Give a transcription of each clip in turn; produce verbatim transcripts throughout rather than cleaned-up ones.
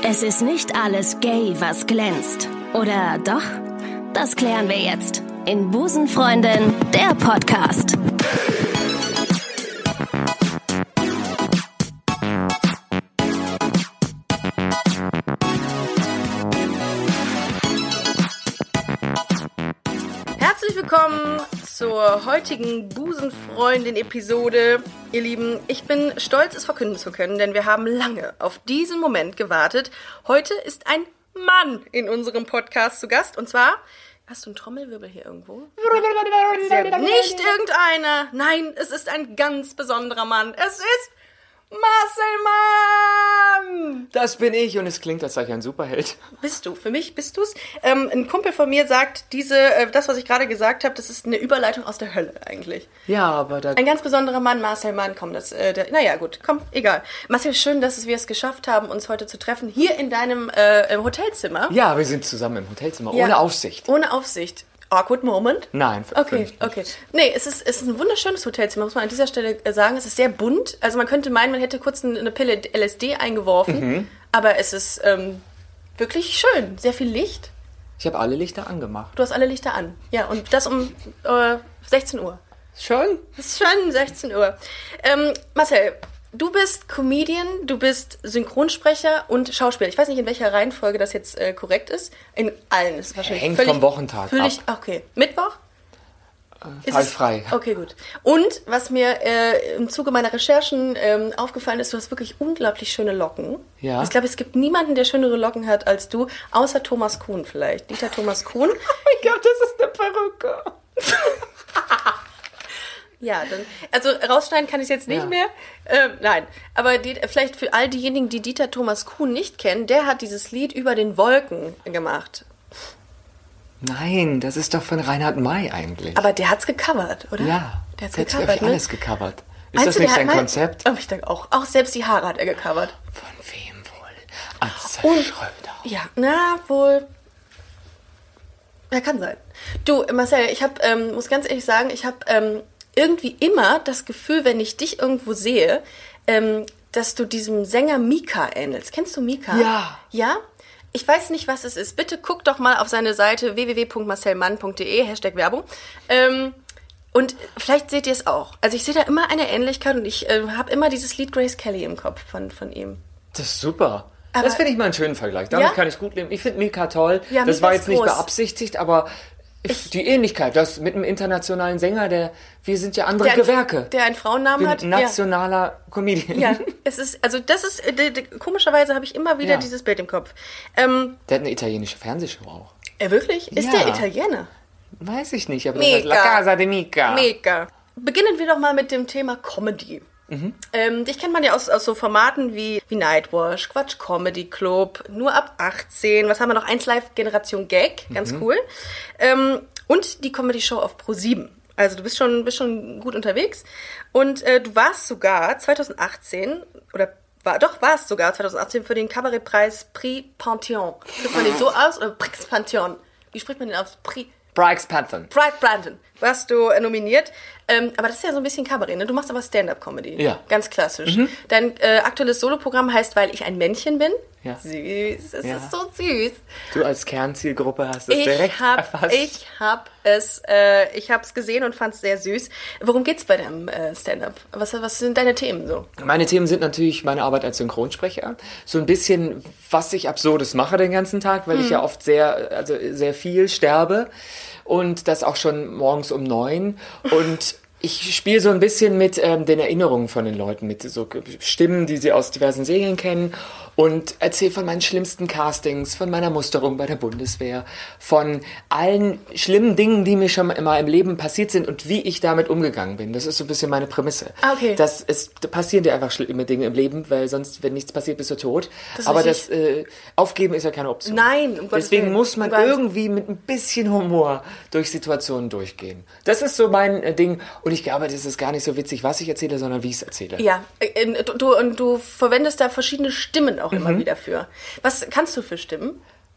Es ist nicht alles gay, was glänzt. Oder doch? Das klären wir jetzt in Busenfreundin, der Podcast. Herzlich willkommen zur heutigen Busenfreundin-Episode. Ihr Lieben, ich bin stolz, es verkünden zu können, denn wir haben lange auf diesen Moment gewartet. Heute ist ein Mann in unserem Podcast zu Gast und zwar... Hast du einen Trommelwirbel hier irgendwo? Nicht irgendeiner. Nein, es ist ein ganz besonderer Mann. Es ist Marcel Mann! Das bin ich und es klingt, als sei ich ein Superheld. Bist du, für mich bist du's. Ähm, ein Kumpel von mir sagt, diese, äh, das, was ich gerade gesagt habe, das ist eine Überleitung aus der Hölle eigentlich. Ja, aber da... Ein ganz besonderer Mann, Marcel Mann, komm, das, äh, der, naja, gut, komm, egal. Marcel, schön, dass wir es geschafft haben, uns heute zu treffen, hier in deinem äh, im Hotelzimmer. Ja, wir sind zusammen im Hotelzimmer, Ja. ohne Aufsicht. Ohne Aufsicht. Awkward Moment? Nein, für, Okay, für okay. Nee, es ist, es ist ein wunderschönes Hotelzimmer, muss man an dieser Stelle sagen. Es ist sehr bunt. Also man könnte meinen, man hätte kurz eine Pille L S D eingeworfen. Mhm. Aber es ist ähm, wirklich schön. Sehr viel Licht. Ich habe alle Lichter angemacht. Du hast alle Lichter an. Ja, und das um äh, sechzehn Uhr. Schön. Das ist schon sechzehn Uhr. Ähm, Marcel, du bist Comedian, du bist Synchronsprecher und Schauspieler. Ich weiß nicht, in welcher Reihenfolge das jetzt äh, korrekt ist. In allen ist es wahrscheinlich Hängt völlig, vom Wochentag völlig, ab. Okay. Mittwoch? Äh, frei, frei. Okay, gut. Und was mir äh, im Zuge meiner Recherchen ähm, aufgefallen ist, du hast wirklich unglaublich schöne Locken. Ja. Ich glaube, es gibt niemanden, der schönere Locken hat als du, außer Thomas Kuhn vielleicht. Dieter Thomas Kuhn. Ich glaube, das ist eine Perücke. Ja, dann, also rausschneiden kann ich jetzt nicht Ja. mehr. Ähm, nein, aber die, vielleicht für all diejenigen, die Dieter Thomas Kuhn nicht kennen, der hat dieses Lied Über den Wolken gemacht. Nein, das ist doch von Reinhard May eigentlich. Aber der hat's gecovert, oder? ja, Der hat's der hat gecovert, wirklich ne? alles gecovert. Ist Meinst das du, nicht der sein hat mal- Konzept? Oh, ich denke auch. Auch selbst die Haare hat er gecovert. Von wem wohl? Atze Und- Schröder. Ja, na, wohl. Ja, kann sein. Du, Marcel, ich hab, ähm, muss ganz ehrlich sagen, ich habe ähm, irgendwie immer das Gefühl, wenn ich dich irgendwo sehe, ähm, dass du diesem Sänger Mika ähnelst. Kennst du Mika? Ja. Ja? Ich weiß nicht, was es ist. Bitte guck doch mal auf seine Seite w w w punkt marcelmann punkt d e, Hashtag Werbung. Ähm, und vielleicht seht ihr es auch. Also ich sehe da immer eine Ähnlichkeit und ich äh, habe immer dieses Lied Grace Kelly im Kopf von, von ihm. Das ist super. Aber- das finde ich mal einen schönen Vergleich. Damit Ja? kann ich gut leben. Ich finde Mika toll. Ja, das Mika war ist jetzt nicht groß. beabsichtigt, aber ich, die Ähnlichkeit, das mit einem internationalen Sänger, der, wir sind ja andere Der ein- Gewerke. Der einen Frauennamen bin hat. Ja. nationaler Comedian. Ja, es ist, also das ist, äh, d- d- komischerweise habe ich immer wieder Ja. dieses Bild im Kopf. Ähm, Der hat eine italienische Fernsehshow auch. äh, wirklich? Ist Ja. der Italiener? Weiß ich nicht, aber Mega. das heißt La Casa de Mika. Mega. Beginnen wir doch mal mit dem Thema Comedy. Ähm, dich kennt man ja aus, aus so Formaten wie, wie Nightwash, Quatsch Comedy Club, nur ab achtzehn. Was haben wir noch? eins Live Generation Gag, ganz cool. Ähm, und die Comedy Show auf ProSieben. Also du bist schon, bist schon gut unterwegs. Und äh, du warst sogar zwanzig achtzehn, oder war, doch warst sogar zwanzig achtzehn für den Kabarettpreis Prix Pantheon. Spricht man den so aus? Oder Prix Pantheon? Wie spricht man den aus? Prix Briggs Panthon. Pride Brandon, warst du äh, nominiert. Ähm, aber das ist ja so ein bisschen Kabarett, ne? Du machst aber Stand-Up-Comedy. Ja. Ganz klassisch. Dein äh, aktuelles Soloprogramm heißt Weil ich ein Männchen bin. Ja. Süß, es Ja. ist so süß. Du als Kernzielgruppe hast es Ich direkt hab, erfasst. ich hab es, äh, ich hab's gesehen und fand's sehr süß. Worum geht's bei deinem äh, Stand-Up? Was, was sind deine Themen so? Meine Themen sind natürlich meine Arbeit als Synchronsprecher. So ein bisschen, was ich Absurdes mache den ganzen Tag, weil ich ja oft sehr, also sehr viel sterbe. Und das auch schon morgens um neun. Und ich spiele so ein bisschen mit ähm, den Erinnerungen von den Leuten, mit so Stimmen, die sie aus diversen Serien kennen. Und erzähle von meinen schlimmsten Castings, von meiner Musterung bei der Bundeswehr, von allen schlimmen Dingen, die mir schon immer im Leben passiert sind und wie ich damit umgegangen bin. Das ist so ein bisschen meine Prämisse. Ah, okay. Das ist, da passieren dir einfach schlimme Dinge im Leben, weil sonst, wenn nichts passiert, bist du tot. Das ist Aber richtig. das äh, Aufgeben ist ja keine Option. Nein, um Gottes Deswegen Willen. muss man Um Gottes- irgendwie mit ein bisschen Humor durch Situationen durchgehen. Das ist so mein äh, Ding. Und ich glaube, das ist gar nicht so witzig, was ich erzähle, sondern wie ich es erzähle. Ja, äh, du, du, und du verwendest da verschiedene Stimmen auch Mhm. immer wieder für. Was kannst du für Stimmen?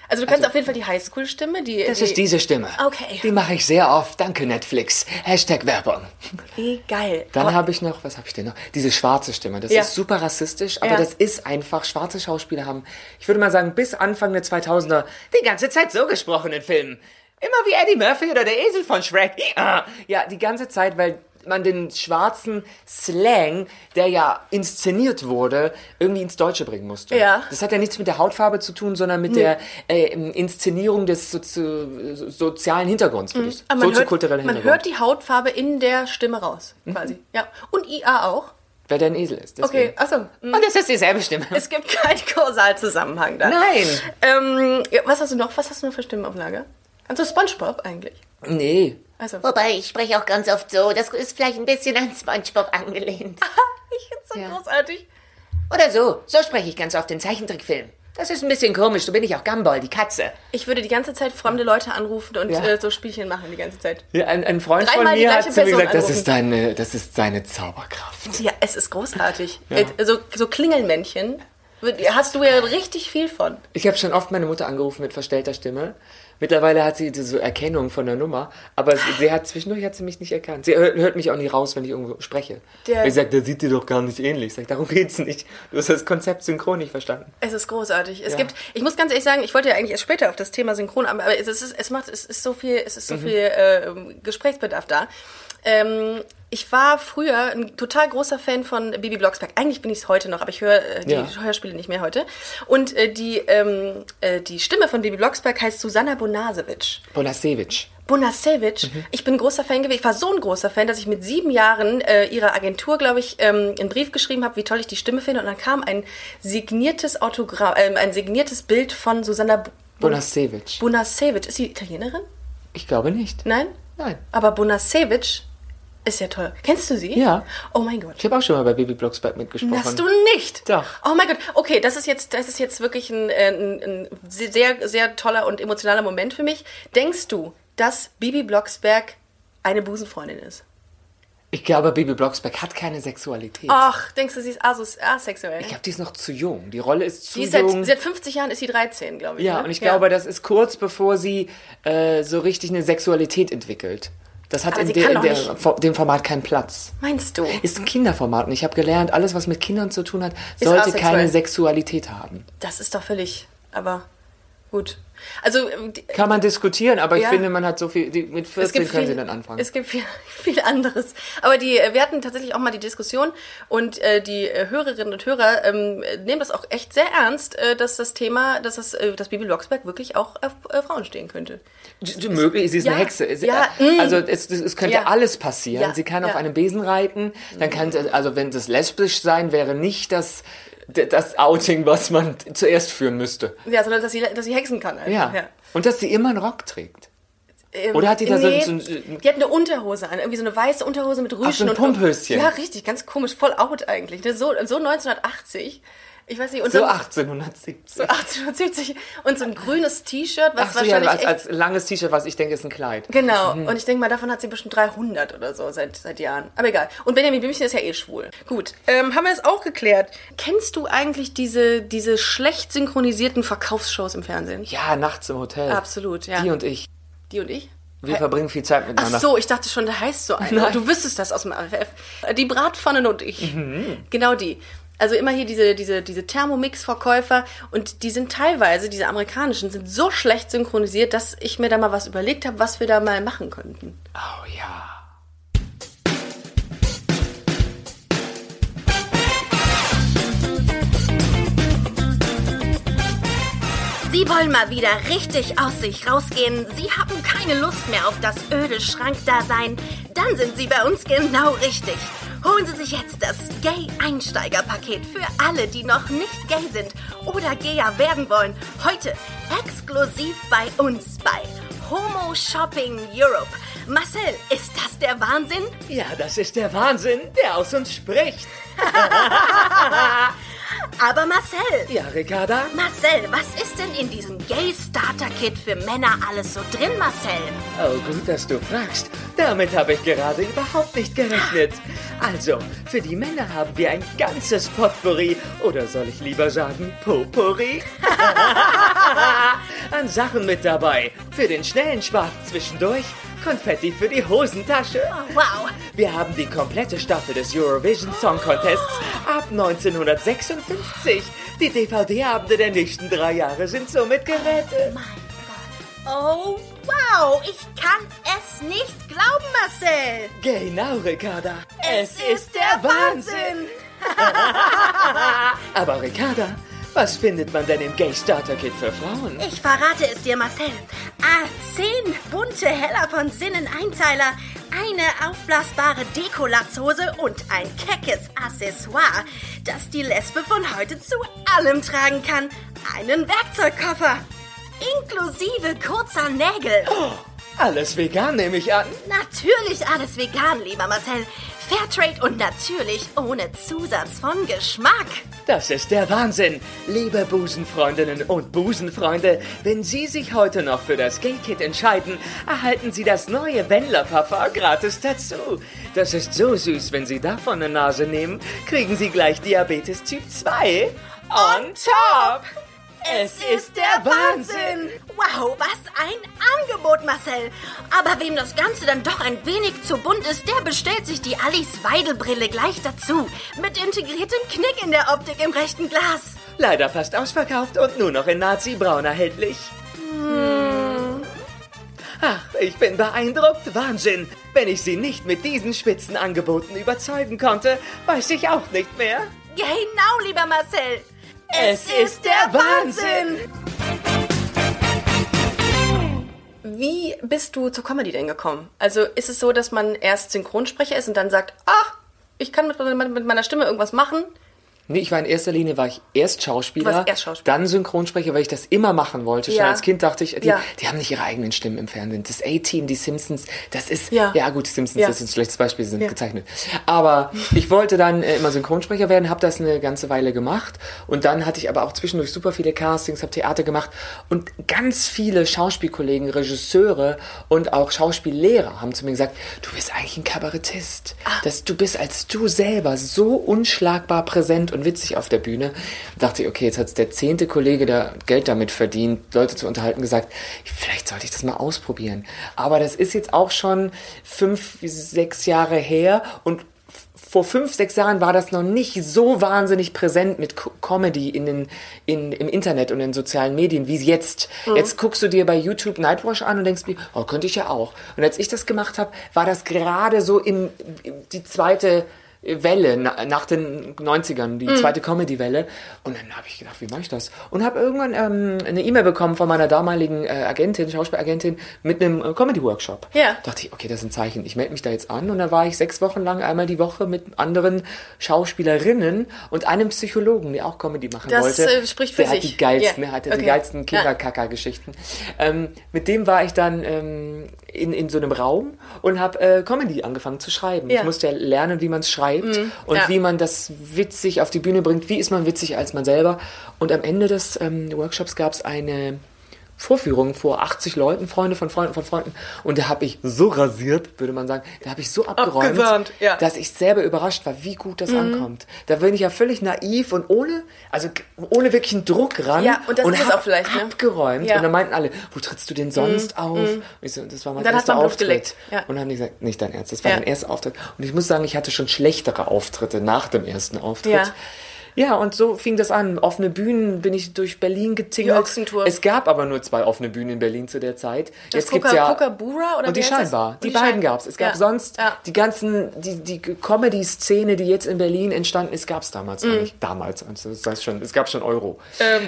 Also du kannst Also- auf jeden Fall die Highschool-Stimme, die... Das die, ist diese Stimme. Okay. Die mache ich sehr oft. Danke, Netflix. Hashtag Werbung. Wie geil. Dann Aber- habe ich noch, was habe ich denn noch? Diese schwarze Stimme. Das Ja. ist super rassistisch, aber Ja. das ist einfach, schwarze Schauspieler haben, ich würde mal sagen, bis Anfang der zweitausender die ganze Zeit so gesprochen in Filmen. Immer wie Eddie Murphy oder der Esel von Shrek. Ja, ja, die ganze Zeit, weil man den schwarzen Slang, der ja inszeniert wurde, irgendwie ins Deutsche bringen musste. Ja. Das hat ja nichts mit der Hautfarbe zu tun, sondern mit der äh, Inszenierung des sozi sozialen Hintergrunds, würde ich Aber man, hört, soziokulturellen man Hintergrund. hört die Hautfarbe in der Stimme raus, quasi. Ja. Und I A auch. Wer der ein Esel ist. Okay, deswegen. achso. Mm. Und das ist dieselbe Stimme. Es gibt keinen Kausalzusammenhang da. Nein. Ähm, ja, was hast du noch? Was hast du noch für Stimmen auf Lager? Kannst du SpongeBob eigentlich? Nee. Also, Wobei, ich spreche auch ganz oft so. Das ist vielleicht ein bisschen an SpongeBob angelehnt. ich find's so Ja. großartig. Oder so. So spreche ich ganz oft in Zeichentrickfilmen. Das ist ein bisschen komisch. So bin ich auch Gumball, die Katze. Ich würde die ganze Zeit fremde Leute anrufen und Ja. äh, so Spielchen machen die ganze Zeit. Ja, ein, ein Freund Dreimal von die mir gleiche hat zu mir Person gesagt, das anrufen. ist, deine, das ist seine Zauberkraft. Ja, es ist großartig. Äh, So, so Klingelmännchen hast du ja richtig viel von. Ich habe schon oft meine Mutter angerufen mit verstellter Stimme. Mittlerweile hat sie diese Erkennung von der Nummer, aber sie, sie hat zwischendurch hat sie mich nicht erkannt. Sie hört, hört mich auch nie raus, wenn ich irgendwo spreche. Der- ich sage, der sieht dir doch gar nicht ähnlich. Ich sage, darum geht's nicht. Du hast das Konzept synchron nicht verstanden. Es ist großartig. Es Ja. gibt, ich muss ganz ehrlich sagen, ich wollte ja eigentlich erst später auf das Thema Synchron, aber es ist, es macht, es ist so viel, es ist Mhm. so viel äh, Gesprächsbedarf da. Ähm, ich war früher ein total großer Fan von Bibi Blocksberg. Eigentlich bin ich es heute noch, aber ich höre äh, die Ja. Hörspiele nicht mehr heute. Und äh, die, ähm, äh, die Stimme von Bibi Blocksberg heißt Susanna Bonasewicz. Bonasewicz. Bonasewicz. Mhm. Ich bin ein großer Fan gewesen. Ich war so ein großer Fan, dass ich mit sieben Jahren äh, ihrer Agentur, glaube ich, ähm, einen Brief geschrieben habe, wie toll ich die Stimme finde. Und dann kam ein signiertes Autogramm, äh, ein signiertes Bild von Susanna B Bonasewicz. Bonasewicz. Ist sie Italienerin? Ich glaube nicht. Nein? Nein. Aber Bonasewicz ist ja toll. Kennst du sie? Ja. Oh mein Gott. Ich habe auch schon mal bei Bibi Blocksberg mitgesprochen. Hast du nicht? Doch. Oh mein Gott. Okay, das ist jetzt, das ist jetzt wirklich ein, äh, ein, ein sehr, sehr toller und emotionaler Moment für mich. Denkst du, dass Bibi Blocksberg eine Busenfreundin ist? Ich glaube, Bibi Blocksberg hat keine Sexualität. Ach, denkst du, sie ist asos asexuell? Ich glaube, die ist noch zu jung. Die Rolle ist zu Die ist seit, jung. seit fünfzig Jahren ist sie dreizehn, glaube ich. Ja, ne? und ich glaube, das ist kurz bevor sie äh, so richtig eine Sexualität entwickelt. Das hat Aber in, sie der, kann in doch der, nicht- Fo- dem Format keinen Platz. Meinst du? Ist ein Kinderformat und ich habe gelernt, alles, was mit Kindern zu tun hat, Ist sollte asexuell. keine Sexualität haben. Das ist doch völlig, aber gut. Also, ähm, die- Kann man diskutieren, aber ich Ja. finde, man hat so viel, die, mit es vierzehn gibt können viel, sie dann anfangen. Es gibt viel, viel anderes. Aber die, äh, wir hatten tatsächlich auch mal die Diskussion und äh, die äh, Hörerinnen und Hörer ähm, nehmen das auch echt sehr ernst, äh, dass das Thema, dass das, äh, dass Bibi Blocksberg wirklich auch auf äh, Frauen stehen könnte. D- d- Möglich, sie ist Ja, eine Hexe. Es- ja, äh, mm. also es, es es könnte Ja. alles passieren. Ja, Sie kann ja. auf einem Besen reiten. Dann kann sie- also wenn das lesbisch sein wäre, nicht das, d- das Outing, was man zuerst führen müsste. Ja, sondern dass sie, dass sie hexen kann. Einfach. Ja. Und dass sie immer einen Rock trägt. Ähm, Oder hat die da so- nee, so ein- die hat eine Unterhose an, irgendwie so eine weiße Unterhose mit Rüschen. so ein und Pumphöschen. Ja, richtig, ganz komisch, voll out eigentlich. ne? So, so neunzehnhundertachtzig. Ich weiß nicht, und So so, achtzehnhundertsiebzig. so achtzehnhundertsiebzig und so ein grünes T-Shirt, was Ach so, ja, wahrscheinlich als, echt... als langes T-Shirt, was ich denke, ist ein Kleid. Genau, und ich denke mal, davon hat sie bestimmt dreihundert oder so seit, seit Jahren. Aber egal. Und Benjamin Blümchen ist ja eh schwul. Gut, ähm, haben wir das auch geklärt. Kennst du eigentlich diese, diese schlecht synchronisierten Verkaufsshows im Fernsehen? Ja, nachts im Hotel. Absolut, ja. Die und ich. Die und ich? Wir verbringen viel Zeit Ach miteinander. so, ich dachte schon, der heißt so einer. Nein. Du wüsstest das aus dem A F F. Die Bratpfannen und ich. Mhm. Genau die. Also immer hier diese, diese, diese Thermomix-Verkäufer und die sind teilweise, diese amerikanischen, sind so schlecht synchronisiert, dass ich mir da mal was überlegt habe, was wir da mal machen könnten. Oh ja. Sie wollen mal wieder richtig aus sich rausgehen. Sie haben keine Lust mehr auf das öde Schrankdasein. Dann sind Sie bei uns genau richtig. Holen Sie sich jetzt das Gay-Einsteiger-Paket für alle, die noch nicht gay sind oder gayer werden wollen. Heute exklusiv bei uns bei Homo Shopping Europe. Marcel, ist das der Wahnsinn? Ja, das ist der Wahnsinn, der aus uns spricht. Aber Marcel, Ja, Ricarda? Marcel, was ist denn in diesem Gay-Starter-Kit für Männer alles so drin, Marcel? Oh, gut, dass du fragst. Damit habe ich gerade überhaupt nicht gerechnet. Also, für die Männer haben wir ein ganzes Potpourri. Oder soll ich lieber sagen Potpourri? an Sachen mit dabei. Für den schnellen Spaß zwischendurch, Konfetti für die Hosentasche. Oh, wow. Wir haben die komplette Staffel des Eurovision Song Contests ab neunzehnhundertsechsundfünfzig. Die D V D-Abende der nächsten drei Jahre sind somit gerettet. Mein Gott. Oh, wow. Ich kann es nicht glauben, Marcel. Genau, Ricarda. Es, es ist der Wahnsinn. Aber Ricarda, was findet man denn im Gay Starter Kit für Frauen? Ich verrate es dir, Marcel. Ah, zehn bunte Heller von Sinnen Einteiler, eine aufblasbare Dekolatzhose und ein keckes Accessoire, das die Lesbe von heute zu allem tragen kann. Einen Werkzeugkoffer. Inklusive kurzer Nägel. Oh, alles vegan, nehme ich an. Natürlich alles vegan, lieber Marcel. Fairtrade und natürlich ohne Zusatz von Geschmack. Das ist der Wahnsinn. Liebe Busenfreundinnen und Busenfreunde, wenn Sie sich heute noch für das Gay-Kit entscheiden, erhalten Sie das neue Wendler-Parfum gratis dazu. Das ist so süß, wenn Sie davon eine Nase nehmen, kriegen Sie gleich Diabetes Typ zwei on top. Es ist der Wahnsinn! Wow, was ein Angebot, Marcel! Aber wem das Ganze dann doch ein wenig zu bunt ist, der bestellt sich die Alice Weidel-Brille gleich dazu. Mit integriertem Knick in der Optik im rechten Glas. Leider fast ausverkauft und nur noch in Nazi-Braun erhältlich. Hm. Ach, ich bin beeindruckt. Wahnsinn! Wenn ich Sie nicht mit diesen Spitzenangeboten überzeugen konnte, weiß ich auch nicht mehr. Genau, lieber Marcel! Es, es ist der Wahnsinn! Wie bist du zur Comedy denn gekommen? Also ist es so, dass man erst Synchronsprecher ist und dann sagt, ach, ich kann mit, mit meiner Stimme irgendwas machen? Nee, ich war in erster Linie, war ich erst Schauspieler, Du warst erst Schauspieler. dann Synchronsprecher, weil ich das immer machen wollte. Schon Ja. als Kind dachte ich, die, Ja. die haben nicht ihre eigenen Stimmen im Fernsehen. Das A-Team, die Simpsons, das ist, Ja. ja, gut, die Simpsons, Ja. das ist ein schlechtes Beispiel, sie sind Ja. gezeichnet. Aber ich wollte dann äh, immer Synchronsprecher werden, habe das eine ganze Weile gemacht und dann hatte ich aber auch zwischendurch super viele Castings, habe Theater gemacht und ganz viele Schauspielkollegen, Regisseure und auch Schauspiellehrer haben zu mir gesagt, du bist eigentlich ein Kabarettist. Das, du bist als du selber so unschlagbar präsent und witzig auf der Bühne. Dachte ich, okay, jetzt hat der zehnte Kollege, der Geld damit verdient, Leute zu unterhalten, gesagt, vielleicht sollte ich das mal ausprobieren. Aber das ist jetzt auch schon fünf, sechs Jahre her und vor fünf, sechs Jahren war das noch nicht so wahnsinnig präsent mit Co- Comedy in den, in, im Internet und in sozialen Medien wie jetzt. Mhm. Jetzt guckst du dir bei YouTube Nightwash an und denkst mir, oh, könnte ich ja auch. Und als ich das gemacht habe, war das gerade so im, die zweite Welle na, nach den neunzigern, die mm. zweite Comedy-Welle. Und dann habe ich gedacht, wie mache ich das? Und habe irgendwann ähm, eine E-Mail bekommen von meiner damaligen äh, Agentin, Schauspielagentin, mit einem äh, Comedy-Workshop. Ja. Dachte ich, okay, das ist ein Zeichen. Ich melde mich da jetzt an. Und dann war ich sechs Wochen lang einmal die Woche mit anderen Schauspielerinnen und einem Psychologen, der auch Comedy machen Das, wollte. äh, spricht für der sich. Hat die geilsten, Yeah. hat Okay. die geilsten Ja. Kinderkacker-Geschichten. Ähm, mit dem war ich dann ähm, in, in so einem Raum und habe äh, Comedy angefangen zu schreiben. Ja. Ich musste ja lernen, wie man es schreibt Mhm. und Ja. wie man das witzig auf die Bühne bringt. Wie ist man witzig als man selber? Und am Ende des ähm, Workshops gab es eine Vorführung vor achtzig Leuten, Freunde von Freunden von Freunden. Und da habe ich so rasiert, würde man sagen, da habe ich so abgeräumt, Abgewarnt, ja. dass ich selber überrascht war, wie gut das ankommt. Da bin ich ja völlig naiv und ohne, also g- ohne wirklichen Druck ran. Ja, und das ist es hab auch vielleicht, ne? abgeräumt. Ja. Und dann meinten alle, wo trittst du denn sonst auf? Und ich so, das war mein dann hast erster du am Blut Auftritt. gelegt. Ja. Und dann haben die gesagt, nicht dein Ernst, das war Ja. dein erster Auftritt. Und ich muss sagen, ich hatte schon schlechtere Auftritte nach dem ersten Auftritt. Ja. Ja, und so fing das an. Offene Bühnen bin ich durch Berlin getingelt. Die Ochsentour. Es gab aber nur zwei offene Bühnen in Berlin zu der Zeit. Das Jetzt gibt's Coca- ja Kookaburra oder und wie die heißt das? Scheinbar. Und Die, die beiden Schein- gab's. Es gab Ja. sonst Ja. die ganzen, die, die Comedy-Szene, die jetzt in Berlin entstanden ist, gab's damals Mhm. gar nicht. Damals, also das heißt schon, es gab schon Euro. Ähm,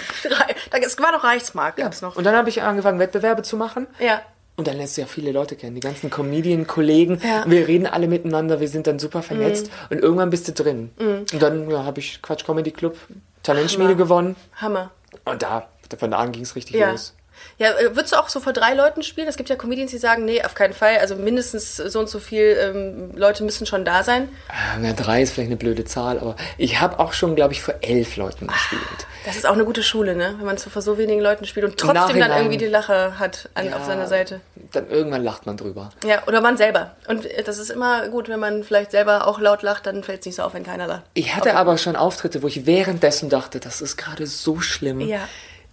da- es war noch Reichsmark, gab's noch. Und dann habe ich angefangen, Wettbewerbe zu machen. Ja. Und dann lernst du ja viele Leute kennen, die ganzen Comedian-Kollegen. Ja. Und wir reden alle miteinander, wir sind dann super vernetzt. Und irgendwann bist du drin. Und dann ja, habe ich Quatsch Comedy Club Talentschmiede Hammer. gewonnen. Hammer. Und da, von da an ging es richtig Ja. los. Ja, äh, würdest du auch so vor drei Leuten spielen? Es gibt ja Comedians, die sagen, nee, auf keinen Fall. Also mindestens so und so viel ähm, Leute müssen schon da sein. Ah, Ja, drei ist vielleicht eine blöde Zahl, aber ich habe auch schon, glaube ich, vor elf Leuten gespielt. Das ist auch eine gute Schule, ne? Wenn man so vor so wenigen Leuten spielt und trotzdem Nachhinein. dann irgendwie die Lache hat an, Ja, auf seiner Seite. Dann irgendwann lacht man drüber. Ja, oder man selber. Und äh, das ist immer gut, wenn man vielleicht selber auch laut lacht, dann fällt es nicht so auf, wenn keiner lacht. Ich hatte aber schon Auftritte, wo ich währenddessen dachte, das ist gerade so schlimm. Ja.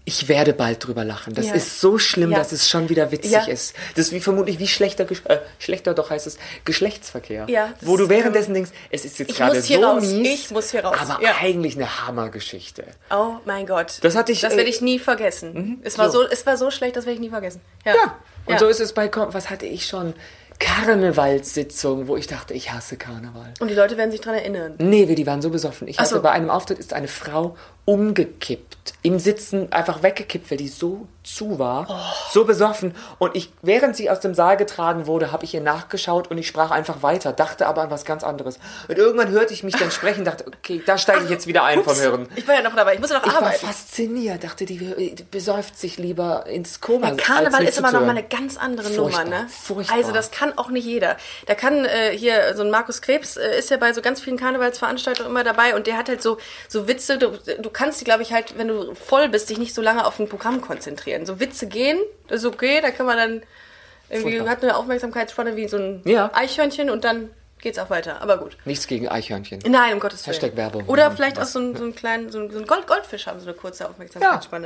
Ich werde bald drüber lachen. Das Ja. ist so schlimm, Ja. dass es schon wieder witzig Ja. ist. Das ist wie vermutlich wie schlechter, Gesch- äh, schlechter doch heißt es, Geschlechtsverkehr. Ja, das Wo du ist, währenddessen ähm, denkst, es ist jetzt ich gerade muss hier so raus. mies. Ich muss hier raus. Aber Ja. eigentlich eine Hammergeschichte. Oh mein Gott. Das hatte ich, Das äh, werde ich nie vergessen. Es war so. so, es war so schlecht, das werde ich nie vergessen. Ja. Ja. Und Ja. so ist es bei, Kom- was hatte ich schon? Karnevalssitzungen, wo ich dachte, ich hasse Karneval. Und die Leute werden sich dran erinnern. Nee, wir, die waren so besoffen. Ich Ach hatte so. bei einem Auftritt ist eine Frau umgekippt. Im Sitzen einfach weggekippt, weil die so zu war. Oh. So besoffen. Und ich, während sie aus dem Saal getragen wurde, habe ich ihr nachgeschaut und ich sprach einfach weiter, dachte aber an was ganz anderes. Und irgendwann hörte ich mich dann sprechen, dachte, okay, da steige ich jetzt wieder ein vom Hören. Ich war ja noch dabei, ich muss ja noch Ich war arbeiten. fasziniert, dachte, die die besäuft sich lieber ins Koma. Ja, Karneval als ist aber noch mal mitzuhören. eine ganz andere Furchtbar, Nummer, ne? furchtbar. Also das kann auch nicht jeder. Da kann äh, hier so ein Markus Krebs äh, ist ja bei so ganz vielen Karnevalsveranstaltungen immer dabei und der hat halt so so Witze. Du, du kannst die, glaube ich, halt, wenn du voll bist, dich nicht so lange auf ein Programm konzentrieren. So Witze gehen, das ist okay, da kann man dann irgendwie Furchtbar. hat eine Aufmerksamkeitsspanne wie so ein Ja. Eichhörnchen und dann geht's auch weiter. Aber gut. Nichts gegen Eichhörnchen. Nein, um Gottes Willen. Hashtag Werbung. Oder Ja, vielleicht auch was? so einen, so einen kleinen, so einen, so einen Gold Goldfisch haben so eine kurze Aufmerksamkeitsspanne.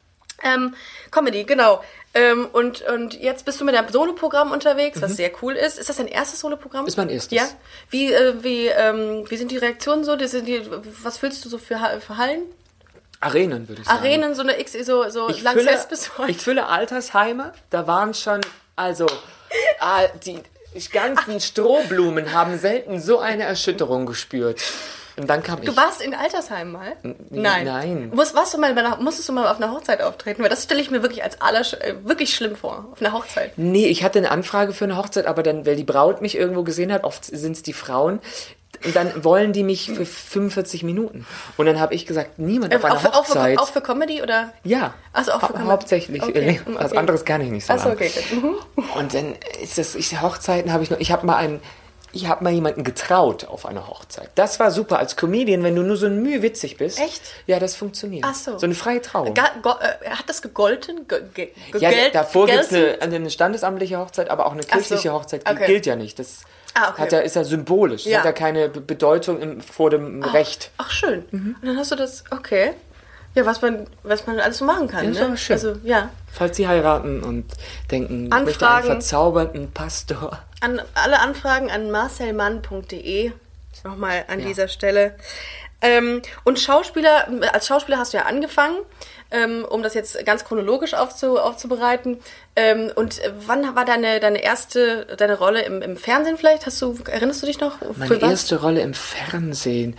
Ähm, Comedy, genau. Ähm, und, und jetzt bist du mit deinem Soloprogramm unterwegs, was sehr cool ist. Ist das dein erstes Soloprogramm? Ist mein erstes. Ja. Wie, äh, wie, ähm, wie sind die Reaktionen so? Die, sind die, was füllst du so für, Ha- für Hallen? Arenen, würde ich sagen. Arenen, so eine X, so, so Ich Lanxess fülle, bis heute. ich fülle Altersheime, da waren schon, also, ah, die ganzen Strohblumen haben selten so eine Erschütterung gespürt. Und dann kam ich. Du warst in Altersheim mal? Nein. nein. Muss, warst du mal bei einer, musstest du mal auf einer Hochzeit auftreten? Weil das stelle ich mir wirklich als aller, äh, wirklich schlimm vor. Auf einer Hochzeit. Nee, ich hatte eine Anfrage für eine Hochzeit, aber dann, weil die Braut mich irgendwo gesehen hat, oft sind es die Frauen, und dann wollen die mich für fünfundvierzig Minuten. Und dann habe ich gesagt, niemand auf Äh, einer auch, für, auch, Hochzeit. für, auch für Comedy oder? Ja. Ach so, auch für hau- Comedy. Hauptsächlich. Okay, Nee, okay. Was anderes kann ich nicht so Achso, lange. okay. Gut. Mhm. Und dann ist das, ich, Hochzeiten habe ich noch, ich habe mal einen, ich habe mal jemanden getraut auf einer Hochzeit. Das war super als Comedian, wenn du nur so ein Mühe witzig bist. Echt? Ja, das funktioniert. Ach so. So eine freie Trauung. Ga, go, äh, hat das gegolten? Ge, ge, Ja, gegelt- davor gibt es gegelten? eine, eine standesamtliche Hochzeit, aber auch eine kirchliche Hochzeit, die okay. gilt ja nicht. Das Ah, okay. hat ja, ist ja symbolisch. Das Ja. hat ja keine Be- Bedeutung im, vor dem Recht. Ach, schön. Mhm. Und dann hast du das, okay. Ja, was man, was man alles so machen kann. Ja, ist ne? aber schön. Also, ja. Falls Sie heiraten und denken, ich möchte einen Anfragen. verzaubernden Pastor. An, alle Anfragen an marcelmann punkt de. Nochmal an Ja. dieser Stelle. Ähm, und Schauspieler, als Schauspieler hast du ja angefangen, ähm, um das jetzt ganz chronologisch aufzu, aufzubereiten. Ähm, und wann war deine, deine erste, deine Rolle im, im Fernsehen vielleicht? Hast du, erinnerst du dich noch? Meine Für was? erste Rolle im Fernsehen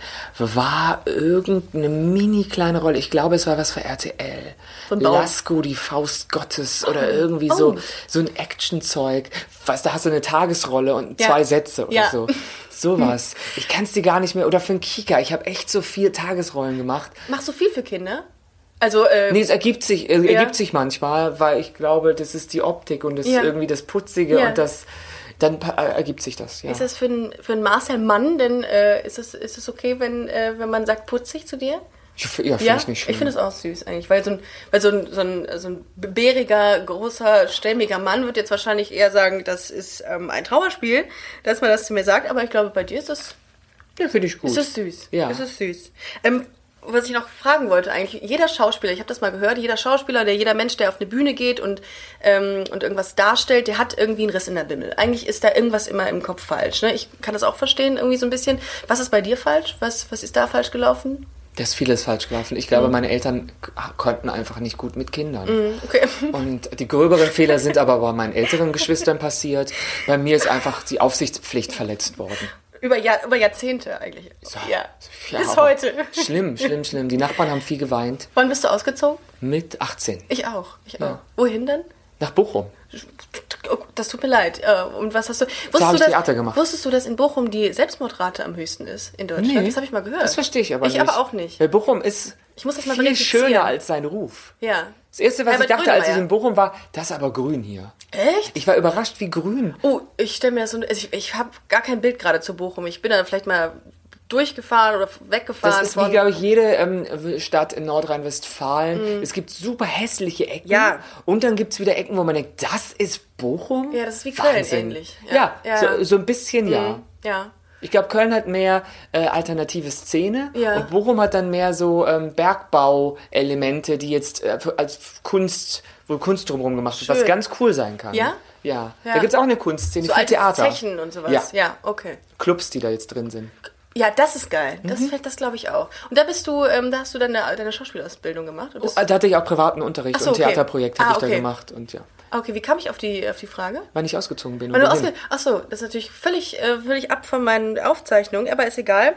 war irgendeine mini kleine Rolle. Ich glaube, es war was für R T L. So ein Baum. Lasko, die Faust Gottes oder irgendwie Oh. so, so ein Actionzeug. Was, da hast du eine Tagesrolle und Ja. zwei Sätze oder Ja. so. Sowas. Ich kann es dir gar nicht mehr. Oder für einen Kika. Ich habe echt so vier Tagesrollen gemacht. Machst du viel für Kinder? Also, äh, Nee, es ergibt sich, äh, Ja. ergibt sich manchmal, weil ich glaube, das ist die Optik und das Ja. irgendwie das Putzige Ja. und das, dann pa- äh, ergibt sich das, ja. ist das für einen für einen Marcel Mann denn, äh, ist es ist es okay, wenn, äh, wenn man sagt putzig zu dir? Ich, ja, finde Ja, ich nicht schlimm. ich finde es auch süß eigentlich, weil so ein, weil so ein, so ein, so ein bäriger, großer, stämmiger Mann wird jetzt wahrscheinlich eher sagen, das ist ähm, ein Trauerspiel, dass man das zu mir sagt, aber ich glaube, bei dir ist das, Ja, finde ich gut. ist das süß. Ja. Ist das süß. Ähm, was ich noch fragen wollte eigentlich, jeder Schauspieler, ich habe das mal gehört, jeder Schauspieler, der jeder Mensch, der auf eine Bühne geht und, ähm, und irgendwas darstellt, der hat irgendwie einen Riss in der Bimmel. Eigentlich ist da irgendwas immer im Kopf falsch. Ne? Ich kann das auch verstehen, irgendwie so ein bisschen. Was ist bei dir falsch? Was, was ist da falsch gelaufen? Da ist vieles falsch gelaufen. Ich glaube, meine Eltern k- konnten einfach nicht gut mit Kindern. Mhm, okay. Und die gröberen Fehler sind aber bei meinen älteren Geschwistern passiert. Bei mir ist einfach die Aufsichtspflicht verletzt worden. Über, Jahr, über Jahrzehnte eigentlich. Ja. Ja, Bis aber heute. Schlimm, schlimm, schlimm. Die Nachbarn haben viel geweint. Wann bist du ausgezogen? Mit achtzehn. Ich auch. Ich auch. Ja. Wohin denn? Nach Bochum. Oh, das tut mir leid. Äh, Und was hast du? Wusstest, hab du ich dass, Theater gemacht. wusstest du, dass in Bochum die Selbstmordrate am höchsten ist in Deutschland? Nee, Das habe ich mal gehört. Das verstehe ich aber ich nicht. aber auch nicht. Weil Bochum ist Ich muss das mal viel verifizieren. schöner als sein Ruf. Ja. Das Erste, was Herbert ich dachte, als ich Grönemeyer. in Bochum war, das ist aber grün hier. Echt? Ich war überrascht, wie grün. Oh, ich stelle mir das so. Also ich ich habe gar kein Bild gerade zu Bochum. Ich bin da vielleicht mal durchgefahren oder weggefahren. Das ist wie, von- glaube ich, jede ähm, Stadt in Nordrhein-Westfalen. Es gibt super hässliche Ecken. Mhm. Ja. Und dann gibt es wieder Ecken, wo man denkt, das ist Bochum? Ja, das ist wie Köln Wahnsinn. ähnlich. Ja, Ja, ja, so, ja. so ein bisschen ja. Ja. Ich glaube, Köln hat mehr äh, alternative Szene Ja. und Bochum hat dann mehr so ähm, Bergbauelemente, die jetzt äh, als Kunst, wo Kunst drumherum gemacht wird, was Schön. ganz cool sein kann. Ja? Ja. Ja. Da gibt es auch eine Kunstszene, So viel alte Theater. Zechen und sowas. Ja. Ja, okay. Clubs, die da jetzt drin sind. Ja, das ist geil. Das, Mhm. das glaube ich auch. Und da bist du, ähm, da hast du deine, deine Schauspielausbildung gemacht? Oder bist Oh, da hatte ich auch privaten Unterricht Ach so, und okay. Theaterprojekt habe Ah, ich da okay. gemacht und ja. Okay, wie kam ich auf die, auf die Frage? Wann ich ausgezogen bin. Weil du und wohin. ausge Achso, das ist natürlich völlig, äh, völlig ab von meinen Aufzeichnungen, aber ist egal.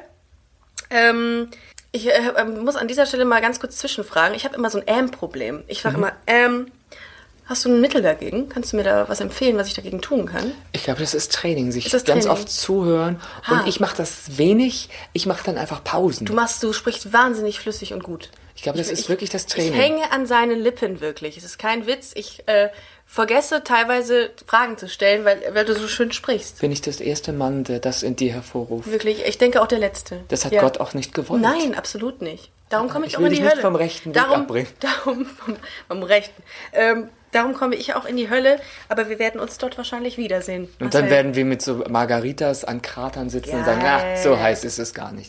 Ähm, ich äh, muss an dieser Stelle mal ganz kurz zwischenfragen. Ich habe immer so ein Ähm-Problem. Ich frage Mhm. immer, ähm, hast du ein Mittel dagegen? Kannst du mir da was empfehlen, was ich dagegen tun kann? Ich glaube, das ist Training, sich Ist das ganz Training? oft zuhören. Ah. Und ich mache das wenig, ich mache dann einfach Pausen. Du machst, du sprichst wahnsinnig flüssig und gut. Ich glaube, das ist wirklich das Training. Ich hänge an seinen Lippen wirklich. Es ist kein Witz. Ich äh, vergesse teilweise Fragen zu stellen, weil, weil du so schön sprichst. Bin ich das erste Mann, der das in dir hervorruft? Wirklich. Ich denke auch der Letzte. Das hat Ja. Gott auch nicht gewollt. Nein, absolut nicht. Darum komme ich, Ich auch will in die dich nicht Hölle. vom rechten Weg darum, abbringen. Darum vom, vom rechten. Ähm, darum komme ich auch in die Hölle, aber wir werden uns dort wahrscheinlich wiedersehen. Und dann Marcel. werden wir mit so Margaritas an Kratern sitzen und sagen, Geil. ah, so heiß ist es gar nicht.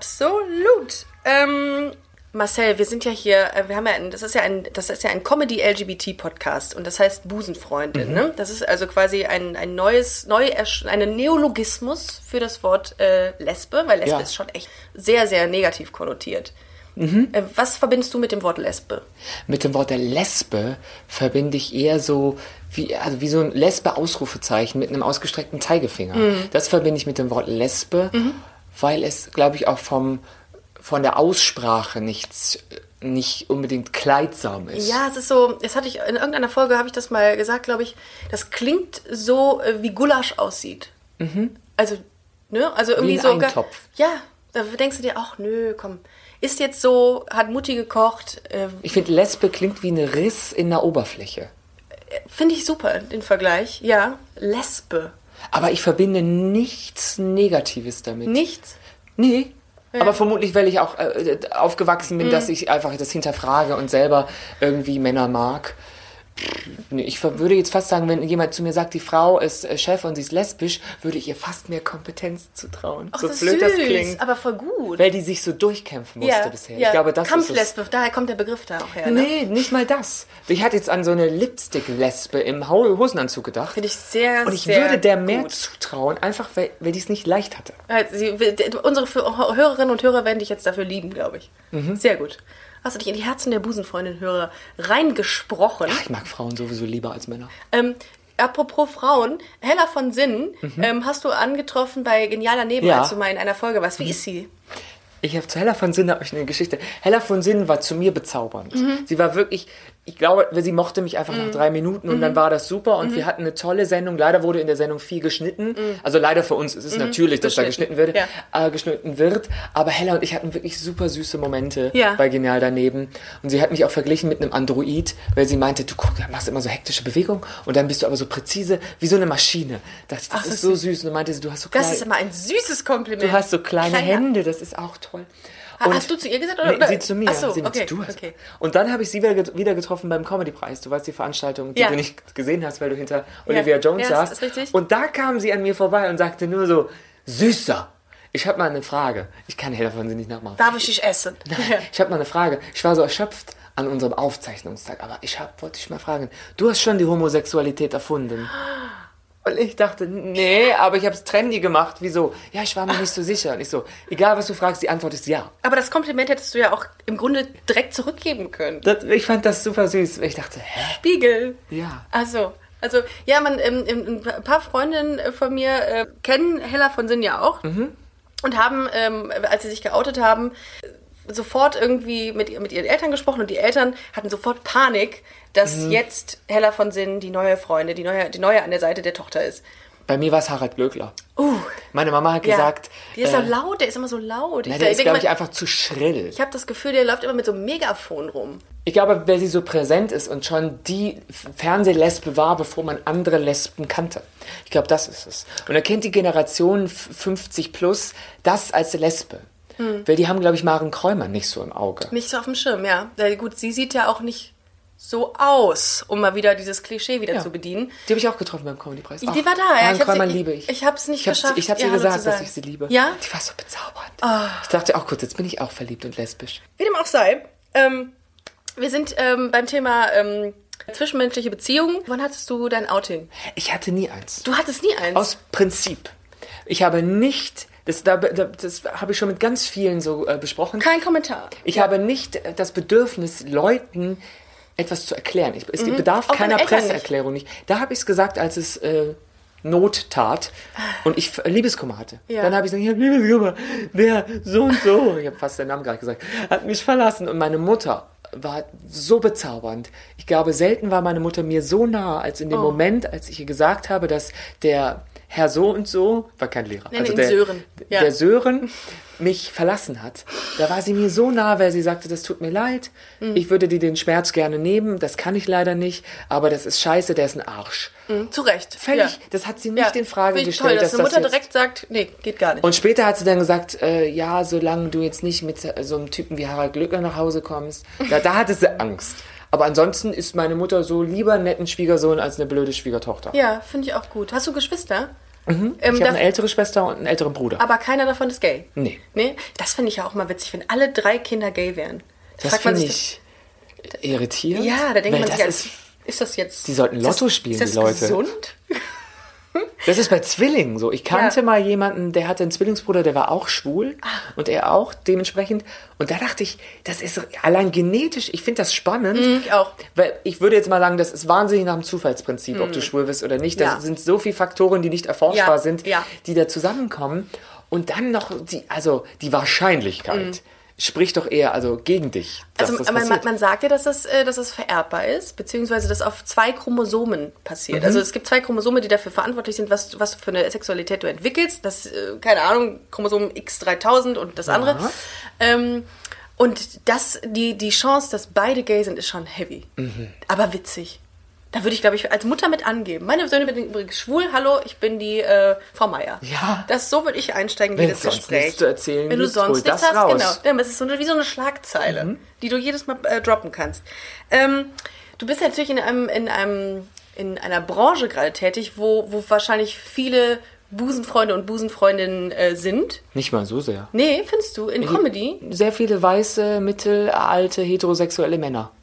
Absolut. Ähm, Marcel, wir sind ja hier, äh, wir haben ja, ein, das ist ja ein, das ist ja ein Comedy-L G B T-Podcast und das heißt Busenfreundin. Mhm. Ne? Das ist also quasi ein, ein neues, neu ersch- ein Neologismus für das Wort äh, Lesbe, weil Lesbe Ja. ist schon echt sehr, sehr negativ konnotiert. Mhm. Äh, was verbindest du mit dem Wort Lesbe? Mit dem Wort der Lesbe verbinde ich eher so wie, also wie so ein Lesbe-Ausrufezeichen mit einem ausgestreckten Zeigefinger. Mhm. Das verbinde ich mit dem Wort Lesbe, weil es, glaube ich, auch vom, von der Aussprache nichts, nicht unbedingt kleidsam ist. Ja, es ist so, das hatte ich, in irgendeiner Folge habe ich das mal gesagt, glaube ich, das klingt so, äh, wie Gulasch aussieht. Also, ne, also irgendwie ein so. ge- Eintopf. Ja, da denkst du dir, ach nö, komm, ist jetzt so, hat Mutti gekocht, äh, Ich finde, Lesbe klingt wie ein Riss in der Oberfläche. finde ich super, den Vergleich, ja, Lesbe, Aber ich verbinde nichts Negatives damit. nichts. Nee. Aber vermutlich, weil ich auch äh, aufgewachsen bin, dass ich einfach das hinterfrage und selber irgendwie Männer mag. Nee, ich würde jetzt fast sagen, wenn jemand zu mir sagt, die Frau ist äh, Chef und sie ist lesbisch, würde ich ihr fast mehr Kompetenz zutrauen. Ach, so das ist blöd süß, das klingt. aber voll gut. Weil die sich so durchkämpfen musste bisher. ja. Ich glaube, das ist es. Kampflesbe, daher kommt der Begriff da auch her. Ne? Nee, nicht mal das. Ich hatte jetzt an so eine Lipstick-Lesbe im Ho- Hosenanzug gedacht. Finde ich sehr, Und ich sehr würde der mehr gut. zutrauen, einfach weil, weil die es nicht leicht hatte. Ja, Sie, unsere F- Hörerinnen und Hörer werden dich jetzt dafür lieben, glaube ich. Mhm. Sehr gut. Hast du dich in die Herzen der Busenfreundin-Hörer reingesprochen? Ich mag Frauen sowieso lieber als Männer. Ähm, apropos Frauen, Hella von Sinnen ähm, hast du angetroffen bei Genial daneben, Mhm. Ja. Mhm. als du mal in einer Folge warst. Wie ist sie? Ich habe zu Hella von Sinnen hab ich eine Geschichte. Hella von Sinnen war zu mir bezaubernd. Mhm. Sie war wirklich, ich glaube, sie mochte mich einfach nach drei Minuten und Mhm. dann war das super und wir hatten eine tolle Sendung. Leider wurde in der Sendung viel geschnitten. Also leider für uns ist es natürlich, dass da Mhm. Geschnitten. geschnitten wird, Ja. äh, geschnitten wird. Aber Hella und ich hatten wirklich super süße Momente Ja. bei Genial daneben. Und sie hat mich auch verglichen mit einem Android, weil sie meinte, du guck, machst immer so hektische Bewegungen und dann bist du aber so präzise wie so eine Maschine. Da dachte ich, das Ach, ist das so ist- süß. Und dann meinte sie, du hast so Das klein- ist immer ein süßes Kompliment. Du hast so kleine Kleiner. Hände, das ist auch toll. Ha- Und- hast du zu ihr gesagt? Oder, Nee, oder? sie zu mir. Ach so, sie, okay. du hast. okay. Und dann habe ich sie wieder, get- wieder getroffen beim Comedy-Preis. Du weißt, die Veranstaltung, die Ja. du nicht gesehen hast, weil du hinter Olivia Ja. Jones Ja, saßt. ist richtig. Und da kam sie an mir vorbei und sagte nur so, Süßer, ich habe mal eine Frage. Ich kann Hella von sie nicht nachmachen. Darf ich dich essen? Ja. Ich habe mal eine Frage. Ich war so erschöpft an unserem Aufzeichnungstag, aber ich hab, wollte dich mal fragen, du hast schon die Homosexualität erfunden. Und ich dachte, nee, aber ich habe es trendy gemacht. Wieso? Ja, ich war mir nicht so sicher. Und ich so, egal was du fragst, die Antwort ist ja. Aber das Kompliment hättest du ja auch im Grunde direkt zurückgeben können. Das, ich fand das super süß. Ich dachte, hä? Spiegel. Ja. Also, also ja, man, ähm, ähm, ein paar Freundinnen von mir äh, kennen Hella von Sinn ja auch Mhm. und haben, ähm, als sie sich geoutet haben, sofort irgendwie mit, mit ihren Eltern gesprochen und die Eltern hatten sofort Panik, dass Mhm. jetzt Hella von Sinn die neue Freundin, die neue, die neue an der Seite der Tochter ist. Bei mir war es Harald Glöckler. Uh, Meine Mama hat ja. gesagt, Die ist äh, so laut, der ist immer so laut. na, Ich, der ich ist, denke glaube ich, mal, einfach zu schrill. ich habe das Gefühl, der läuft immer mit so einem Megafon rum. Ich glaube, weil sie so präsent ist und schon die F- Fernsehlesbe war, bevor man andere Lesben kannte. Ich glaube, das ist es. Und er kennt die Generation f- fünfzig plus das als Lesbe. Weil die haben, glaube ich, Maren Kräumann nicht so im Auge. Nicht so auf dem Schirm, ja. Ja, gut, sie sieht ja auch nicht so aus, um mal wieder dieses Klischee wieder Ja. zu bedienen. Die habe ich auch getroffen beim Comedy-Preis. Die war da, ja. Herrn Ich hab Kräumann sie- liebe ich. ich hab's nicht ich hab's, geschafft, Ich habe ihr ihr Hallo gesagt, zu dass sagen. ich sie liebe. Ja? Die war so bezaubernd. Ich dachte auch kurz, jetzt bin ich auch verliebt und lesbisch. Wie dem auch sei, ähm, wir sind ähm, beim Thema ähm, zwischenmenschliche Beziehungen. Wann hattest du dein Outing? Ich hatte nie eins. Du hattest nie eins. Aus Prinzip. Ich habe nicht, das, da, da- das habe ich schon mit ganz vielen so äh, besprochen. Kein Kommentar. Ich habe nicht äh, das Bedürfnis, Leuten etwas zu erklären. Ich, es bedarf Auch keiner deine Eltern Presseerklärung nicht. Da habe ich es gesagt, als es äh, Not tat und ich f- Liebeskummer hatte. Ja. Dann habe ich gesagt, ich habe Liebeskummer. Der so und so, ich habe fast den Namen gerade gesagt, hat mich verlassen. Und meine Mutter war so bezaubernd. Ich glaube, selten war meine Mutter mir so nah, als in dem Oh. Moment, als ich ihr gesagt habe, dass der Herr so und so, war kein Lehrer, Nenne also ihn der, Sören. Ja. der Sören mich verlassen hat. Da war sie mir so nah, weil sie sagte, das tut mir leid, Mhm. ich würde dir den Schmerz gerne nehmen, das kann ich leider nicht, aber das ist scheiße, der ist ein Arsch. Mhm, zu Recht. Völlig, Ja. das hat sie nicht Ja. in Frage Finde ich gestellt. toll, dass eine das Mutter jetzt- direkt sagt, nee, geht gar nicht. Und später hat sie dann gesagt, äh, ja, solange du jetzt nicht mit äh, so einem Typen wie Harald Glöckner nach Hause kommst, da, da hatte sie Angst. Aber ansonsten ist meine Mutter so lieber einen netten Schwiegersohn als eine blöde Schwiegertochter. Ja, finde ich auch gut. Hast du Geschwister? Ähm, ich habe darf- eine ältere Schwester und einen älteren Bruder. aber keiner davon ist gay? Nee. Nee? Das finde ich ja auch mal witzig, wenn alle drei Kinder gay wären. Da Das fragt man finde sich ich irritierend. Ja, da denkt weil man das sich, als, ist, ist das jetzt... Die sollten ist das- Lotto spielen, ist das die Leute. gesund? Das ist bei Zwillingen so. Ich kannte Ja. mal jemanden, der hatte einen Zwillingsbruder, der war auch schwul und er auch dementsprechend. Und da dachte ich, das ist allein genetisch, ich finde das spannend. ich auch. Weil ich würde jetzt mal sagen, das ist wahnsinnig nach dem Zufallsprinzip, ob du schwul bist oder nicht. Da Ja. sind so viele Faktoren, die nicht erforschbar Ja, sind, ja. die da zusammenkommen. Und dann noch die, also die Wahrscheinlichkeit spricht doch eher also gegen dich. Dass Also das man, man, passiert. man sagt ja, dass das, äh, dass das vererbbar ist, beziehungsweise dass auf zwei Chromosomen passiert. Mhm. Also es gibt zwei Chromosome, die dafür verantwortlich sind, was, was für eine Sexualität du entwickelst. Das, äh, keine Ahnung, Chromosom X dreitausend und das andere. Ähm, und das, die, die Chance, dass beide gay sind, ist schon heavy. Mhm. Aber witzig. Da würde ich, glaube ich, als Mutter mit angeben. Meine Söhne sind übrigens schwul. Hallo, ich bin die äh, Frau Meier. Ja. Das, so würde ich einsteigen in Wenn dieses es sonst Gespräch. nichts zu erzählen Wenn du gibt, sonst hol nichts das hast, raus. genau. Ja, das ist so eine, wie so eine Schlagzeile, die du jedes Mal äh, droppen kannst. Ähm, du bist natürlich in einem, in einem, in einer Branche gerade tätig, wo, wo wahrscheinlich viele Busenfreunde und Busenfreundinnen äh, sind. Nicht mal so sehr. Nee, findest du? In Comedy? Sehr viele weiße, mittelalte, heterosexuelle Männer.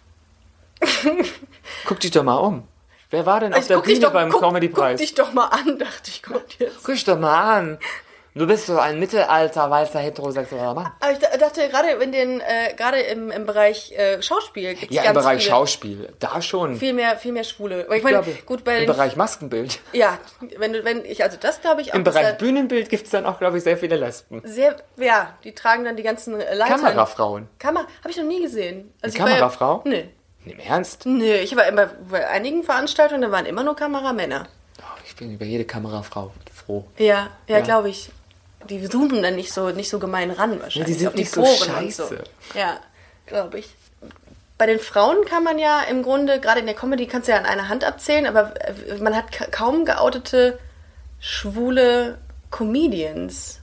Guck dich doch mal um. Wer war denn auf Also, der guck dich Bühne doch- beim guck- Comedy-Preis? Guck dich doch mal an, dachte ich, kommt jetzt. Guck dich doch mal an. Du bist so ein mittelalter, weißer, heterosexueller Mann. Aber ich da- dachte, gerade in den, äh, gerade im, im Bereich äh, Schauspiel gibt es Ja, ganz im Bereich viele, Schauspiel. Da schon. viel mehr, viel mehr Schwule. Aber ich Ich meine, glaube, gut, bei Im den, Bereich Maskenbild. ja, wenn du, wenn ich, also das glaube ich auch. Im dass Bereich da Bühnenbild gibt es dann auch, glaube ich, sehr viele Lesben. sehr, ja, die tragen dann die ganzen äh, Leitern. Kamerafrauen. Kamera, habe ich noch nie gesehen. Also Eine ich war ja- Kamerafrau? Nee. Im Ernst? Nee, ich war immer bei einigen Veranstaltungen, da waren immer nur Kameramänner. Oh, ich bin über jede Kamerafrau froh. Ja, ja, Ja. glaube ich. Die zoomen dann nicht so, nicht so gemein ran wahrscheinlich. Ja, die sind auf nicht so Poren scheiße. Und so. Ja, glaube ich. Bei den Frauen kann man ja im Grunde, gerade in der Comedy, kannst du ja an einer Hand abzählen, aber äh, man hat ka- kaum geoutete schwule Comedians.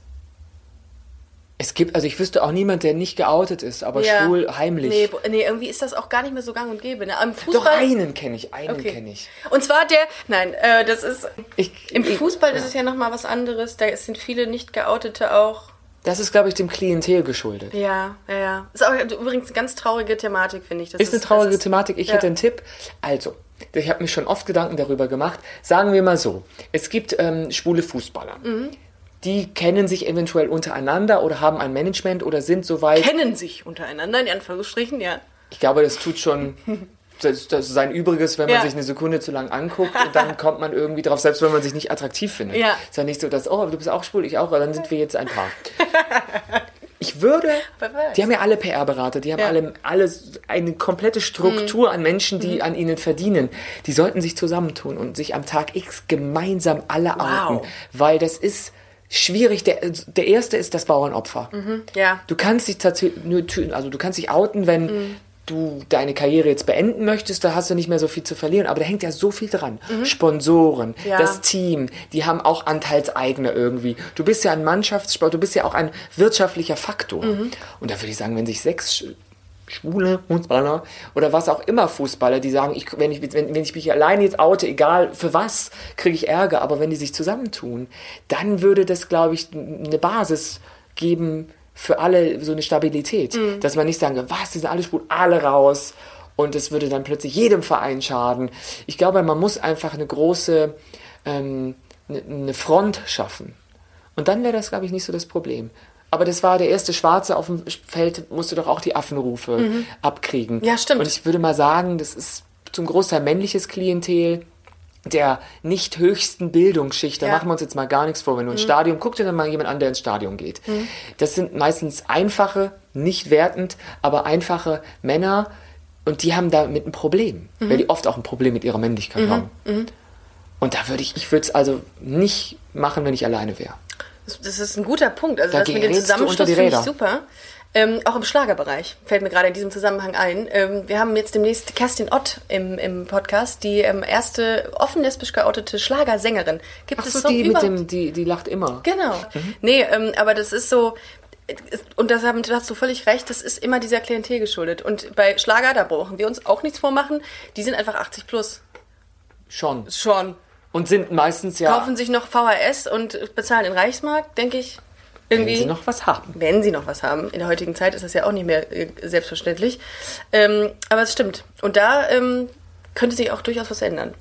Es gibt, also ich wüsste auch niemand, der nicht geoutet ist, aber Ja. schwul heimlich. Nee, bo- nee, irgendwie ist das auch gar nicht mehr so gang und gäbe. Ne? Am Doch Fußball, einen kenne ich, einen Okay. kenne ich. Und zwar der, nein, äh, das ist, ich. im ich- Fußball ist es ja nochmal was anderes, da sind viele nicht geoutete auch. Das ist, glaube ich, dem Klientel geschuldet. Ja, ja, ja. Ist auch übrigens eine ganz traurige Thematik, finde ich. Das Ist eine traurige das ist- Thematik. Ich ja. hätte einen Tipp. Also, ich habe mir schon oft Gedanken darüber gemacht. Sagen wir mal so, es gibt ähm, schwule Fußballer. Mhm. Die kennen sich eventuell untereinander oder haben ein Management oder sind soweit. Kennen sich untereinander, in Anführungsstrichen, ja. Ich glaube, das tut schon das, das ist sein Übriges, wenn man Ja. sich eine Sekunde zu lang anguckt und dann kommt man irgendwie drauf, selbst wenn man sich nicht attraktiv findet. Ja. Ist ja nicht so, dass, oh, du bist auch schwul, ich auch, aber dann sind wir jetzt ein Paar. Ich würde, Wer weiß. die haben ja alle P R-Berater, die haben Ja. alle, alle eine komplette Struktur an Menschen, die an ihnen verdienen. Die sollten sich zusammentun und sich am Tag X gemeinsam alle Wow. outen, weil das ist schwierig. Der, der erste ist das Bauernopfer. Ja. Du kannst dich tatsächlich nur tü- also du kannst dich outen, wenn Mhm. du deine Karriere jetzt beenden möchtest, da hast du nicht mehr so viel zu verlieren, aber da hängt ja so viel dran. Sponsoren, Mhm. Ja. das Team, die haben auch Anteilseigner irgendwie. Du bist ja ein Mannschaftssport, du bist ja auch ein wirtschaftlicher Faktor. Mhm. Und da würde ich sagen, wenn sich sechs Sch- schwule Fußballer oder was auch immer Fußballer, die sagen, ich, wenn, ich, wenn, wenn ich mich alleine jetzt oute, egal für was, kriege ich Ärger, aber wenn die sich zusammentun, dann würde das, glaube ich, eine Basis geben für alle, so eine Stabilität, mhm. dass man nicht sagen, was, die sind alle schwul, alle raus und es würde dann plötzlich jedem Verein schaden. Ich glaube, man muss einfach eine große ähm, eine, eine Front schaffen und dann wäre das, glaube ich, nicht so das Problem. Aber das war der erste Schwarze auf dem Feld, musste doch auch die Affenrufe mhm. abkriegen. Ja, stimmt. Und ich würde mal sagen, das ist zum Großteil männliches Klientel der nicht höchsten Bildungsschicht. Da ja. machen wir uns jetzt mal gar nichts vor. Wenn du ins mhm. Stadion, guck dir dann mal jemand an, der ins Stadion geht. Mhm. Das sind meistens einfache, nicht wertend, aber einfache Männer und die haben damit ein Problem, mhm. weil die oft auch ein Problem mit ihrer Männlichkeit mhm. haben. Mhm. Und da würde ich, ich würde es also nicht machen, wenn ich alleine wäre. Das ist ein guter Punkt. Also da das mit dem Zusammenschluss finde ich super. Ähm, auch im Schlagerbereich fällt mir gerade in diesem Zusammenhang ein. Ähm, wir haben jetzt demnächst Kerstin Ott im, im Podcast, die ähm, erste offen lesbisch geoutete Schlagersängerin. Gibt Ach es so, so die über... mit dem, die, die lacht immer. Genau. Mhm. Nee, ähm, aber das ist so... Und das haben, da hast du völlig recht, das ist immer dieser Klientel geschuldet. Und bei Schlager, da brauchen wir uns auch nichts vormachen, die sind einfach achtzig plus. Schon. Schon. Und sind meistens ja... Kaufen sich noch V H S und bezahlen in Reichsmark, denke ich. Irgendwie, wenn sie noch was haben. Wenn sie noch was haben. In der heutigen Zeit ist das ja auch nicht mehr äh, selbstverständlich. Ähm, aber es stimmt. Und da ähm, könnte sich auch durchaus was ändern.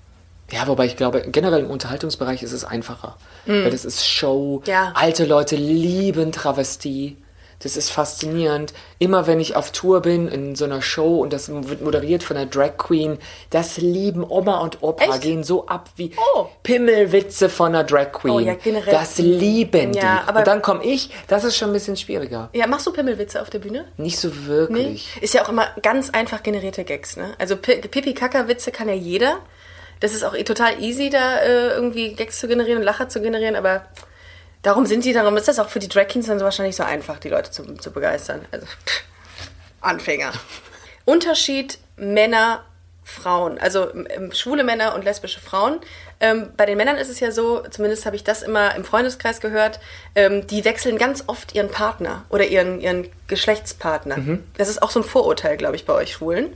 Ja, wobei ich glaube, generell im Unterhaltungsbereich ist es einfacher. Mm. Weil das ist Show. Ja. Alte Leute lieben Travestie. Das ist faszinierend. Immer wenn ich auf Tour bin, in so einer Show und das wird moderiert von einer Drag Queen, das lieben Oma und Opa, Echt? gehen so ab wie oh. Pimmelwitze von einer Drag Queen. Oh, ja, generell. Das lieben die. Ja, aber und dann komme ich, das ist schon ein bisschen schwieriger. Ja, machst du Pimmelwitze auf der Bühne? Nicht so wirklich. Nee? Ist ja auch immer ganz einfach generierte Gags, ne? Also Pipi-Kaka-Witze kann ja jeder. Das ist auch total easy, da äh, irgendwie Gags zu generieren und Lacher zu generieren, aber... Darum sind die, darum ist das auch für die Drag Queens dann so wahrscheinlich so einfach, die Leute zu, zu begeistern. Also, pff, Anfänger. Unterschied Männer, Frauen. Also ähm, schwule Männer und lesbische Frauen. Ähm, bei den Männern ist es ja so, zumindest habe ich das immer im Freundeskreis gehört, ähm, die wechseln ganz oft ihren Partner oder ihren, ihren Geschlechtspartner. Mhm. Das ist auch so ein Vorurteil, glaube ich, bei euch Schwulen.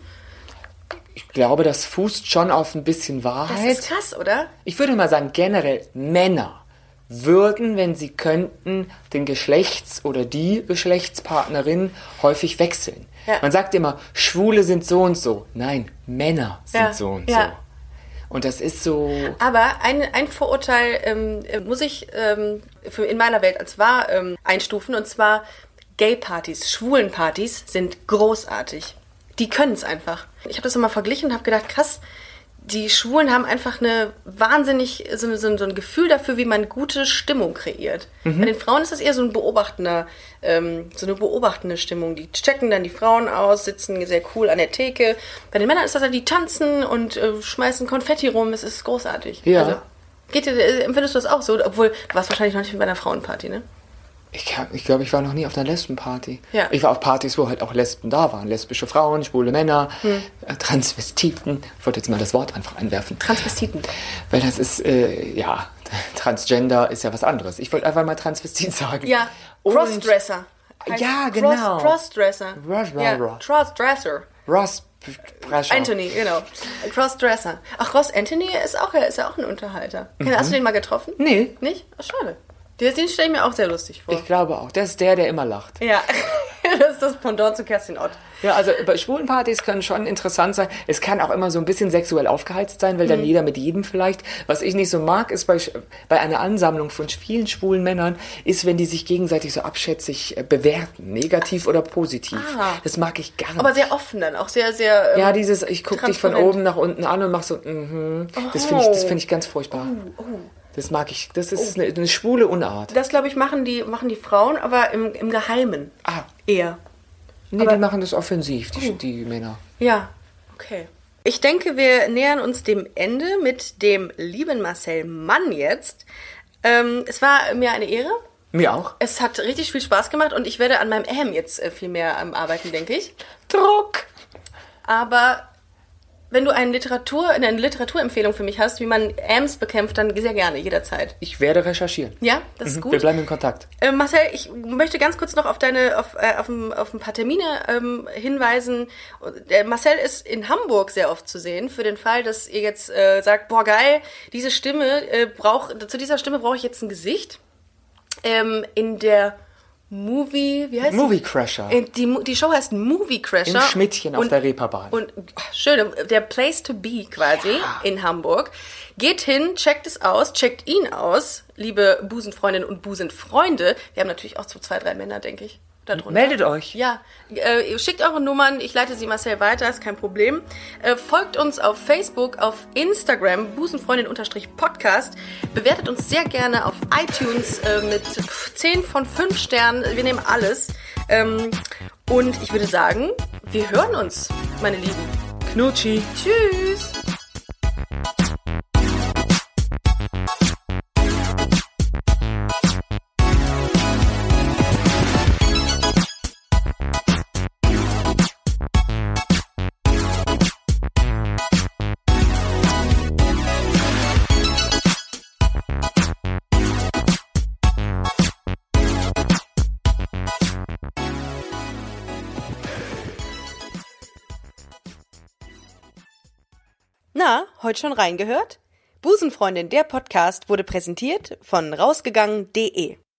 Ich glaube, das fußt schon auf ein bisschen Wahrheit. Das ist krass, oder? Ich würde mal sagen, generell Männer würden, wenn sie könnten, den Geschlechts- oder die Geschlechtspartnerin häufig wechseln. Ja. Man sagt immer, Schwule sind so und so. Nein, Männer sind ja. so und ja. so. Und das ist so... Aber ein, ein Vorurteil ähm, muss ich ähm, für in meiner Welt als wahr ähm, einstufen, und zwar Gay-Partys, Schwulen-Partys sind großartig. Die können es einfach. Ich habe das immer verglichen und habe gedacht, krass, die Schwulen haben einfach eine wahnsinnig, so, so, so ein Gefühl dafür, wie man gute Stimmung kreiert. Mhm. Bei den Frauen ist das eher so ein beobachtender, ähm, so eine beobachtende Stimmung. Die checken dann die Frauen aus, sitzen sehr cool an der Theke. Bei den Männern ist das halt, die tanzen und äh, schmeißen Konfetti rum. Es ist großartig. Ja. Also, geht dir, äh, empfindest du das auch so? Obwohl, du warst wahrscheinlich noch nicht bei einer Frauenparty, ne? Ich glaube, ich, glaub, ich war noch nie auf einer Lesbenparty. Ja. Ich war auf Partys, wo halt auch Lesben da waren. Lesbische Frauen, schwule Männer, hm. äh, Transvestiten. Ich wollte jetzt mal das Wort einfach einwerfen. Transvestiten. Weil das ist, äh, ja, Transgender ist ja was anderes. Ich wollte einfach mal Transvestit sagen. Ja, Crossdresser. Ja, genau. Cross, Crossdresser. Ross, ja, Crossdresser. Ross Prescher. Anthony, genau. Crossdresser. Ach, Ross Anthony ist auch, ist ja auch ein Unterhalter. Mhm. Hast du den mal getroffen? Nee. Nicht? Ach, schade. Den stelle ich mir auch sehr lustig vor. Ich glaube auch. Das ist der, der immer lacht. Ja, das ist das Pendant zu Kerstin Ott. Ja, also bei Schwulenpartys können schon interessant sein. Es kann auch immer so ein bisschen sexuell aufgeheizt sein, weil dann mhm. jeder mit jedem vielleicht. Was ich nicht so mag, ist bei, bei einer Ansammlung von vielen schwulen Männern, ist, wenn die sich gegenseitig so abschätzig bewerten. Negativ oder positiv. Ah. Das mag ich gar nicht. Aber sehr offen dann. Auch sehr, sehr... Ähm, ja, dieses, ich gucke dich von oben nach unten an und mach so, mhm. Oh. Das finde ich, das find ich ganz furchtbar. Oh, oh. Das mag ich. Das ist oh. eine, eine schwule Unart. Das, glaube ich, machen die, machen die Frauen, aber im, im Geheimen. Ah. Eher. Nee, aber, die machen das offensiv, die, oh. die Männer. Ja, okay. Ich denke, wir nähern uns dem Ende mit dem lieben Marcel Mann jetzt. Ähm, es war mir eine Ehre. Mir auch. Es hat richtig viel Spaß gemacht und ich werde an meinem Ahem jetzt äh, viel mehr ähm, arbeiten, denke ich. Druck! Aber Wenn du eine Literatur, eine Literaturempfehlung für mich hast, wie man Ams bekämpft, dann sehr gerne, jederzeit. Ich werde recherchieren. Ja, das ist Mhm. gut. Wir bleiben in Kontakt. Äh, Marcel, ich möchte ganz kurz noch auf deine, auf, äh, auf, ein, auf ein paar Termine ähm, hinweisen. Der Marcel ist in Hamburg sehr oft zu sehen, für den Fall, dass ihr jetzt äh, sagt, boah geil, diese Stimme äh, braucht, zu dieser Stimme brauche ich jetzt ein Gesicht. Ähm, in der Movie, wie heißt Movie die? Crasher. Die, die Show heißt Movie Crasher. Im Schmidtchen auf und, der Reeperbahn. Und ach, schön, der Place to be quasi Ja. in Hamburg. Geht hin, checkt es aus, checkt ihn aus, liebe Busenfreundinnen und Busenfreunde. Wir haben natürlich auch so zwei, drei Männer, denke ich. Darunter. Meldet euch. Ja, äh, schickt eure Nummern, ich leite sie Marcel weiter, ist kein Problem. Äh, folgt uns auf Facebook, auf Instagram, Busenfreundin-Podcast. Bewertet uns sehr gerne auf iTunes äh, mit zehn von fünf Sternen. Wir nehmen alles. Ähm, und ich würde sagen, wir hören uns, meine Lieben. Knutschi. Tschüss. Na, heute schon reingehört? Busenfreundin, der Podcast wurde präsentiert von rausgegangen punkt de.